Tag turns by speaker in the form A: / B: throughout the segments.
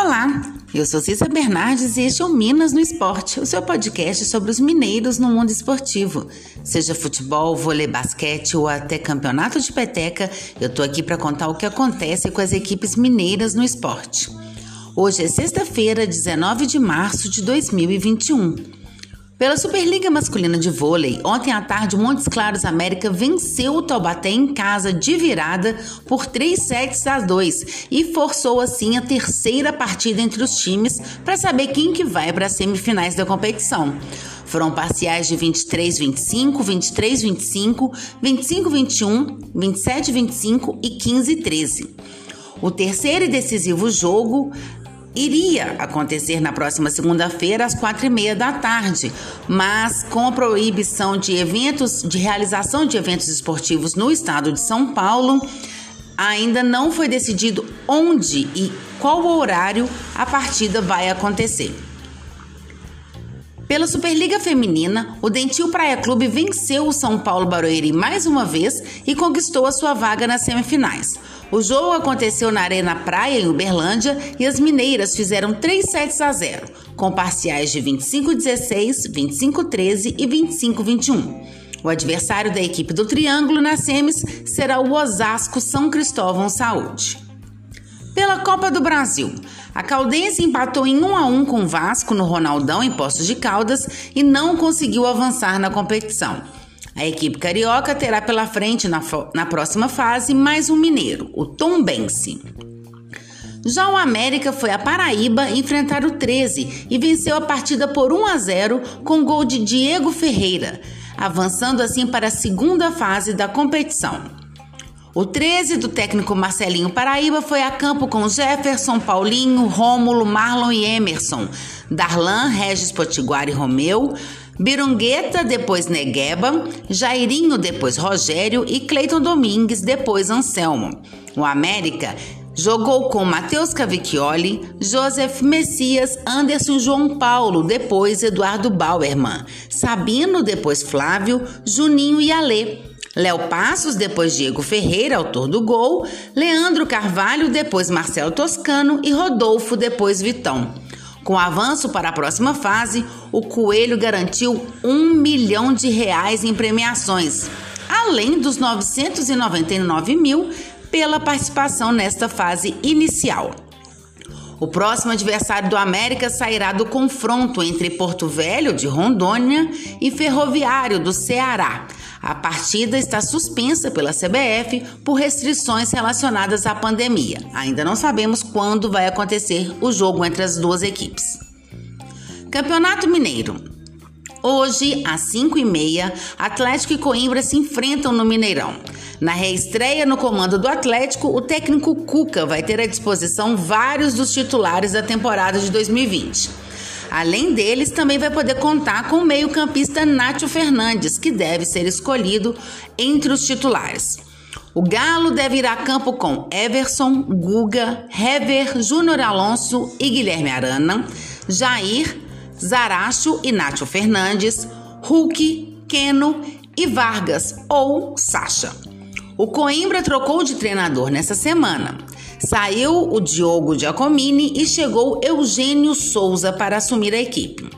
A: Olá, eu sou Cissa Bernardes e este é o Minas no Esporte, o seu podcast sobre os mineiros no mundo esportivo. Seja futebol, vôlei, basquete ou até campeonato de peteca, eu tô aqui para contar o que acontece com as equipes mineiras no esporte. Hoje é sexta-feira, 19 de março de 2021. Pela Superliga Masculina de Vôlei, ontem à tarde o Montes Claros América venceu o Taubaté em casa de virada por 3-2 e forçou assim a terceira partida entre os times para saber quem que vai para as semifinais da competição. Foram parciais de 23-25, 23-25, 25-21, 27-25 e 15-13. O terceiro e decisivo jogo iria acontecer na próxima segunda-feira às 4h30 da tarde, mas com a proibição de realização de eventos esportivos no estado de São Paulo, ainda não foi decidido onde e qual horário a partida vai acontecer. Pela Superliga Feminina, o Dentil Praia Clube venceu o São Paulo Barueri mais uma vez e conquistou a sua vaga nas semifinais. O jogo aconteceu na Arena Praia, em Uberlândia, e as mineiras fizeram 3-0, com parciais de 25-16, 25-13 e 25-21. O adversário da equipe do Triângulo nas semis será o Osasco São Cristóvão Saúde. Pela Copa do Brasil, a Caldense empatou em 1-1 com o Vasco no Ronaldão, em Poços de Caldas, e não conseguiu avançar na competição. A equipe carioca terá pela frente na próxima fase mais um mineiro, o Tombense. Já o América foi a Paraíba enfrentar o 13 e venceu a partida por 1-0 com gol de Diego Ferreira, avançando assim para a segunda fase da competição. O 13 do técnico Marcelinho Paraíba foi a campo com Jefferson, Paulinho, Rômulo, Marlon e Emerson, Darlan, Regis Potiguar e Romeu, Birungueta, depois Negueba, Jairinho, depois Rogério e Cleiton Domingues, depois Anselmo. O América jogou com Matheus Cavicchioli, Joseph Messias, Anderson João Paulo, depois Eduardo Bauerman, Sabino, depois Flávio, Juninho e Alê. Léo Passos, depois Diego Ferreira, autor do gol, Leandro Carvalho, depois Marcelo Toscano e Rodolfo, depois Vitão. Com o avanço para a próxima fase, o Coelho garantiu R$1 milhão em premiações, além dos 999 mil pela participação nesta fase inicial. O próximo adversário do América sairá do confronto entre Porto Velho, de Rondônia, e Ferroviário, do Ceará. A partida está suspensa pela CBF por restrições relacionadas à pandemia. Ainda não sabemos quando vai acontecer o jogo entre as duas equipes. Campeonato Mineiro. Hoje, às 5h30, Atlético e Coimbra se enfrentam no Mineirão. Na reestreia no comando do Atlético, o técnico Cuca vai ter à disposição vários dos titulares da temporada de 2020. Além deles, também vai poder contar com o meio-campista Nátio Fernandes, que deve ser escolhido entre os titulares. O Galo deve ir a campo com Everson, Guga, Hever, Júnior Alonso e Guilherme Arana, Jair, Zaracho e Nátio Fernandes, Hulk, Keno e Vargas ou Sacha. O Coimbra trocou de treinador nessa semana. Saiu o Diogo Giacomini e chegou Eugênio Souza para assumir a equipe.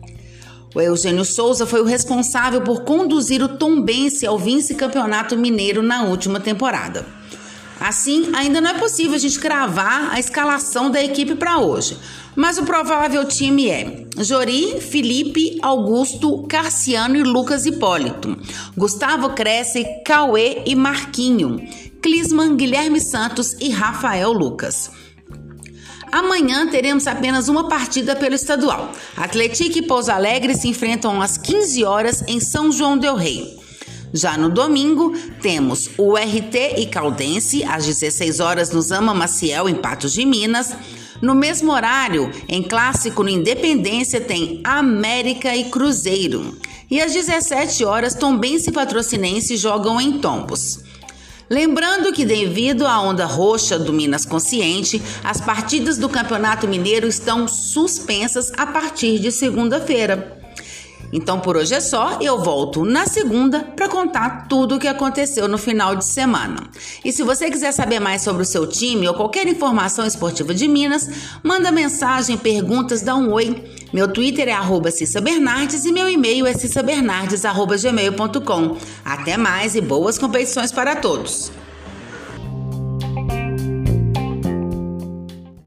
A: O Eugênio Souza foi o responsável por conduzir o Tombense ao vice-campeonato mineiro na última temporada. Assim, ainda não é possível a gente cravar a escalação da equipe para hoje, mas o provável time é Jori, Felipe, Augusto, Carciano e Lucas Hipólito, Gustavo Cresce, Cauê e Marquinho, Clisman, Guilherme Santos e Rafael Lucas. Amanhã teremos apenas uma partida pelo estadual. Atlético e Pouso Alegre se enfrentam às 15 horas em São João del Rei. Já no domingo, temos o RT e Caldense às 16 horas no Zama Maciel, em Patos de Minas. No mesmo horário, em clássico no Independência, tem América e Cruzeiro. E às 17 horas, Tombense e Patrocinense jogam em Tombos. Lembrando que, devido à onda roxa do Minas Consciente, as partidas do Campeonato Mineiro estão suspensas a partir de segunda-feira. Então por hoje é só, eu volto na segunda para contar tudo o que aconteceu no final de semana. E se você quiser saber mais sobre o seu time ou qualquer informação esportiva de Minas, manda mensagem, perguntas, dá um oi. Meu Twitter é @CissaBernardes e meu e-mail é cissabernardes@gmail.com. Até mais e boas competições para todos!